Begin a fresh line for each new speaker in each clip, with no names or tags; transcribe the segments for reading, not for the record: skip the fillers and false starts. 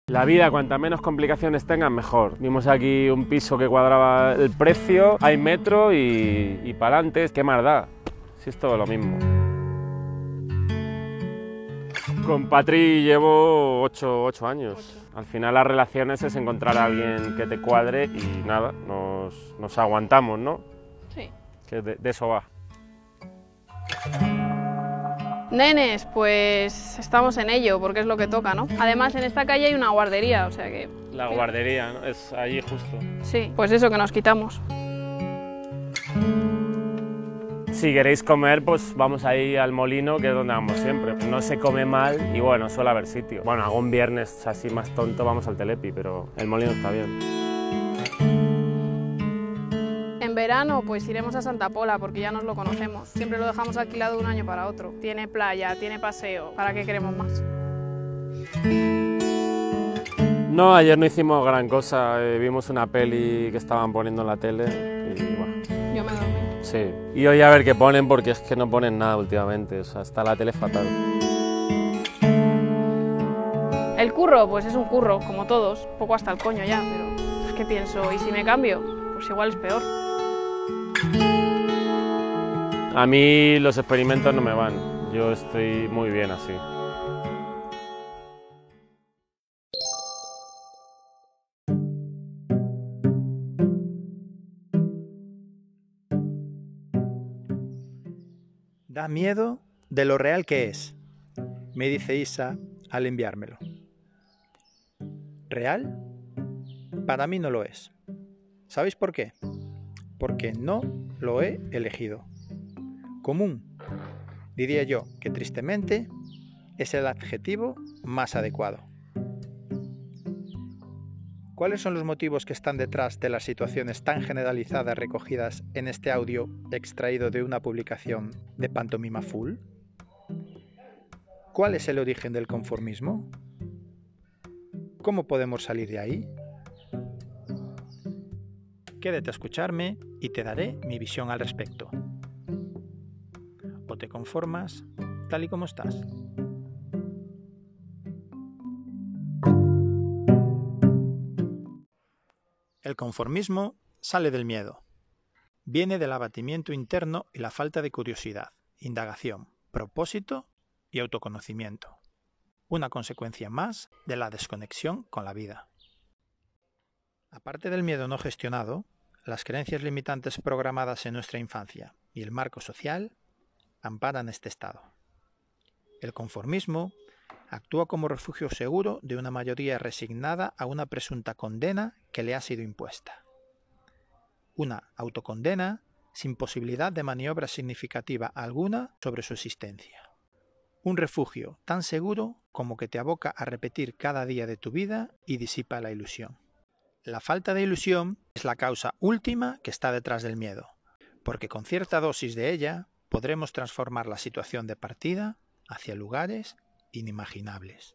La vida, cuantas menos complicaciones tengan, mejor. Vimos aquí un piso que cuadraba el precio, hay metro y para adelante, ¿qué más da? Si es todo lo mismo. Con Patri llevo 8 años. Al final las relaciones es encontrar a alguien que te cuadre y nada, nos aguantamos, ¿no?
Sí.
Que de eso va.
Nenes, pues estamos en ello, porque es lo que toca, ¿no? Además, en esta calle hay una guardería, o sea que...
La guardería, ¿no? Es allí justo.
Sí, pues eso que nos quitamos.
Si queréis comer, pues vamos ahí al Molino, que es donde vamos siempre. No se come mal y bueno, suele haber sitio. Bueno, algún viernes así más tonto vamos al Telepi, pero el Molino está bien.
En verano, pues iremos a Santa Pola, porque ya nos lo conocemos. Siempre lo dejamos alquilado de un año para otro. Tiene playa, tiene paseo, ¿para qué queremos más?
No, ayer no hicimos gran cosa. Vimos una peli que estaban poniendo en la tele y bueno.
Yo me dormí.
Sí, y hoy a ver qué ponen, porque es que no ponen nada últimamente, o sea, está la tele fatal.
El curro, pues es un curro, como todos, poco hasta el coño ya, pero es que pienso, ¿y si me cambio? Pues igual es peor.
A mí los experimentos no me van, yo estoy muy bien así.
Da miedo de lo real que es, me dice Isa al enviármelo. ¿Real? Para mí no lo es. ¿Sabéis por qué? Porque no lo he elegido. Común, diría yo que tristemente es el adjetivo más adecuado. ¿Cuáles son los motivos que están detrás de las situaciones tan generalizadas recogidas en este audio extraído de una publicación de Pantomima Full? ¿Cuál es el origen del conformismo? ¿Cómo podemos salir de ahí? Quédate a escucharme y te daré mi visión al respecto. ¿O te conformas tal y como estás? El conformismo sale del miedo. Viene del abatimiento interno y la falta de curiosidad, indagación, propósito y autoconocimiento. Una consecuencia más de la desconexión con la vida. Aparte del miedo no gestionado, las creencias limitantes programadas en nuestra infancia y el marco social amparan este estado. El conformismo actúa como refugio seguro de una mayoría resignada a una presunta condena que le ha sido impuesta. Una autocondena sin posibilidad de maniobra significativa alguna sobre su existencia. Un refugio tan seguro como que te aboca a repetir cada día de tu vida y disipa la ilusión. La falta de ilusión es la causa última que está detrás del miedo, porque con cierta dosis de ella podremos transformar la situación de partida hacia lugares inimaginables.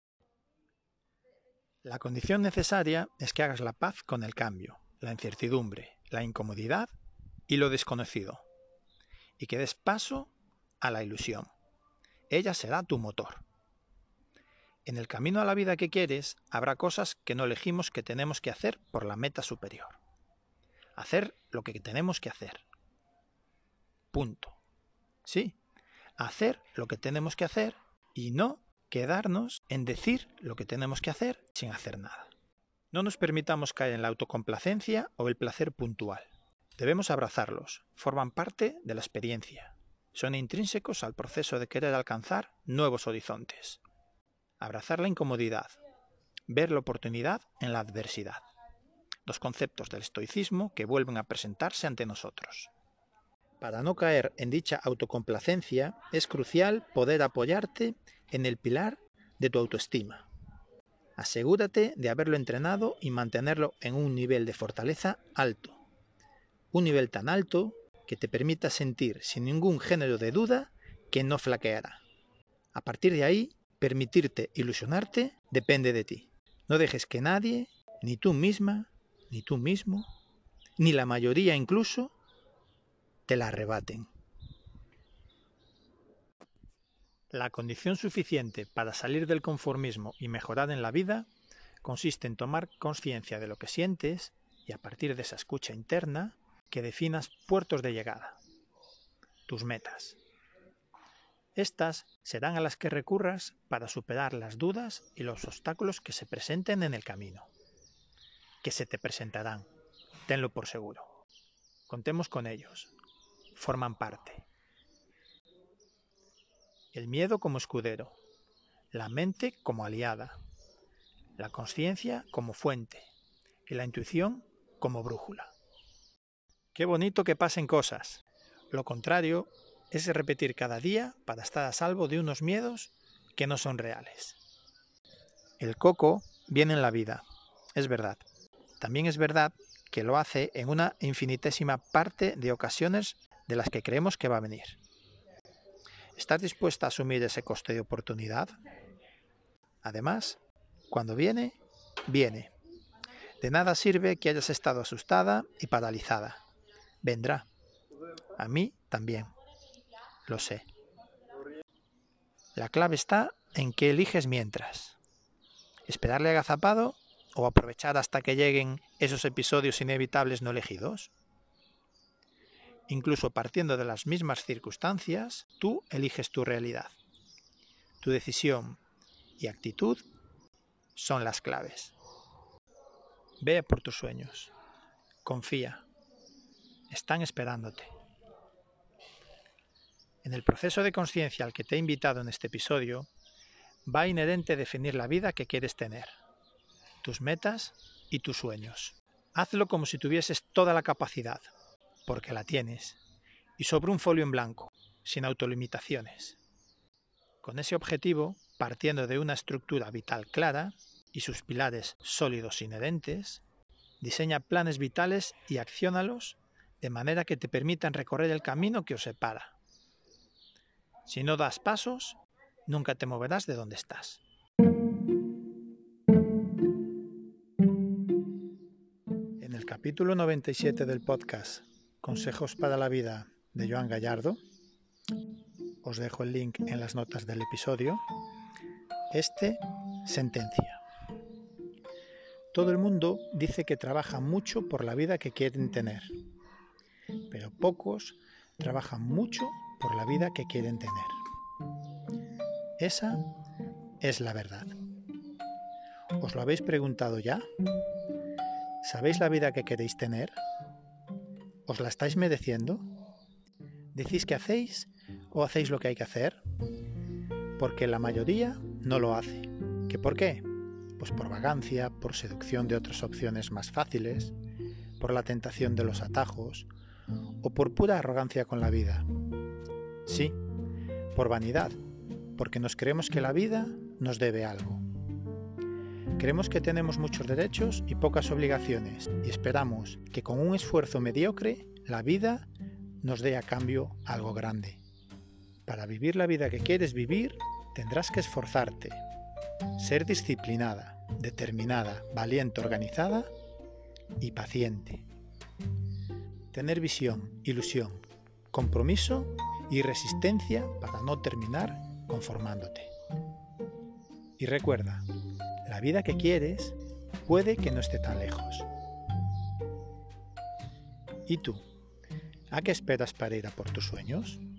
La condición necesaria es que hagas la paz con el cambio, la incertidumbre, la incomodidad y lo desconocido, y que des paso a la ilusión. Ella será tu motor. En el camino a la vida que quieres habrá cosas que no elegimos que tenemos que hacer por la meta superior. Hacer lo que tenemos que hacer. Punto. Sí, hacer lo que tenemos que hacer y no quedarnos en decir lo que tenemos que hacer sin hacer nada. No nos permitamos caer en la autocomplacencia o el placer puntual. Debemos abrazarlos, forman parte de la experiencia. Son intrínsecos al proceso de querer alcanzar nuevos horizontes. Abrazar la incomodidad, ver la oportunidad en la adversidad. Dos conceptos del estoicismo que vuelven a presentarse ante nosotros. Para no caer en dicha autocomplacencia, es crucial poder apoyarte en el pilar de tu autoestima. Asegúrate de haberlo entrenado y mantenerlo en un nivel de fortaleza alto. Un nivel tan alto que te permita sentir sin ningún género de duda que no flaqueará. A partir de ahí, permitirte ilusionarte depende de ti. No dejes que nadie, ni tú misma, ni tú mismo, ni la mayoría incluso, te la arrebaten. La condición suficiente para salir del conformismo y mejorar en la vida consiste en tomar conciencia de lo que sientes y a partir de esa escucha interna que definas puertos de llegada, tus metas. Estas serán a las que recurras para superar las dudas y los obstáculos que se presenten en el camino. Que se te presentarán, tenlo por seguro. Contemos con ellos, forman parte. El miedo como escudero, la mente como aliada, la conciencia como fuente y la intuición como brújula. Qué bonito que pasen cosas. Lo contrario es repetir cada día para estar a salvo de unos miedos que no son reales. El coco viene en la vida, es verdad. También es verdad que lo hace en una infinitésima parte de ocasiones de las que creemos que va a venir. ¿Estás dispuesta a asumir ese coste de oportunidad? Además, cuando viene, viene. De nada sirve que hayas estado asustada y paralizada. Vendrá. A mí también. Lo sé. La clave está en qué eliges mientras. ¿Esperarle agazapado o aprovechar hasta que lleguen esos episodios inevitables no elegidos? Incluso partiendo de las mismas circunstancias, tú eliges tu realidad. Tu decisión y actitud son las claves. Ve por tus sueños. Confía. Están esperándote. En el proceso de conciencia al que te he invitado en este episodio, va inherente definir la vida que quieres tener, tus metas y tus sueños. Hazlo como si tuvieses toda la capacidad, porque la tienes, y sobre un folio en blanco, sin autolimitaciones. Con ese objetivo, partiendo de una estructura vital clara y sus pilares sólidos inherentes, diseña planes vitales y acciónalos de manera que te permitan recorrer el camino que os separa. Si no das pasos, nunca te moverás de donde estás. En el capítulo 97 del podcast Consejos para la Vida de Joan Gallardo, os dejo el link en las notas del episodio, sentencia. Todo el mundo dice que trabaja mucho por la vida que quieren tener, pero pocos trabajan mucho por la vida que quieren tener. Esa es la verdad. ¿Os lo habéis preguntado ya? ¿Sabéis la vida que queréis tener? ¿Os la estáis mereciendo? ¿Decís que hacéis o hacéis lo que hay que hacer? Porque la mayoría no lo hace. ¿Qué por qué? Pues por vagancia, por seducción de otras opciones más fáciles, por la tentación de los atajos o por pura arrogancia con la vida. Sí, por vanidad, porque nos creemos que la vida nos debe algo. Creemos que tenemos muchos derechos y pocas obligaciones y esperamos que con un esfuerzo mediocre la vida nos dé a cambio algo grande. Para vivir la vida que quieres vivir tendrás que esforzarte, ser disciplinada, determinada, valiente, organizada y paciente. Tener visión, ilusión, compromiso y resistencia para no terminar conformándote. Y recuerda, la vida que quieres puede que no esté tan lejos. ¿Y tú? ¿A qué esperas para ir a por tus sueños?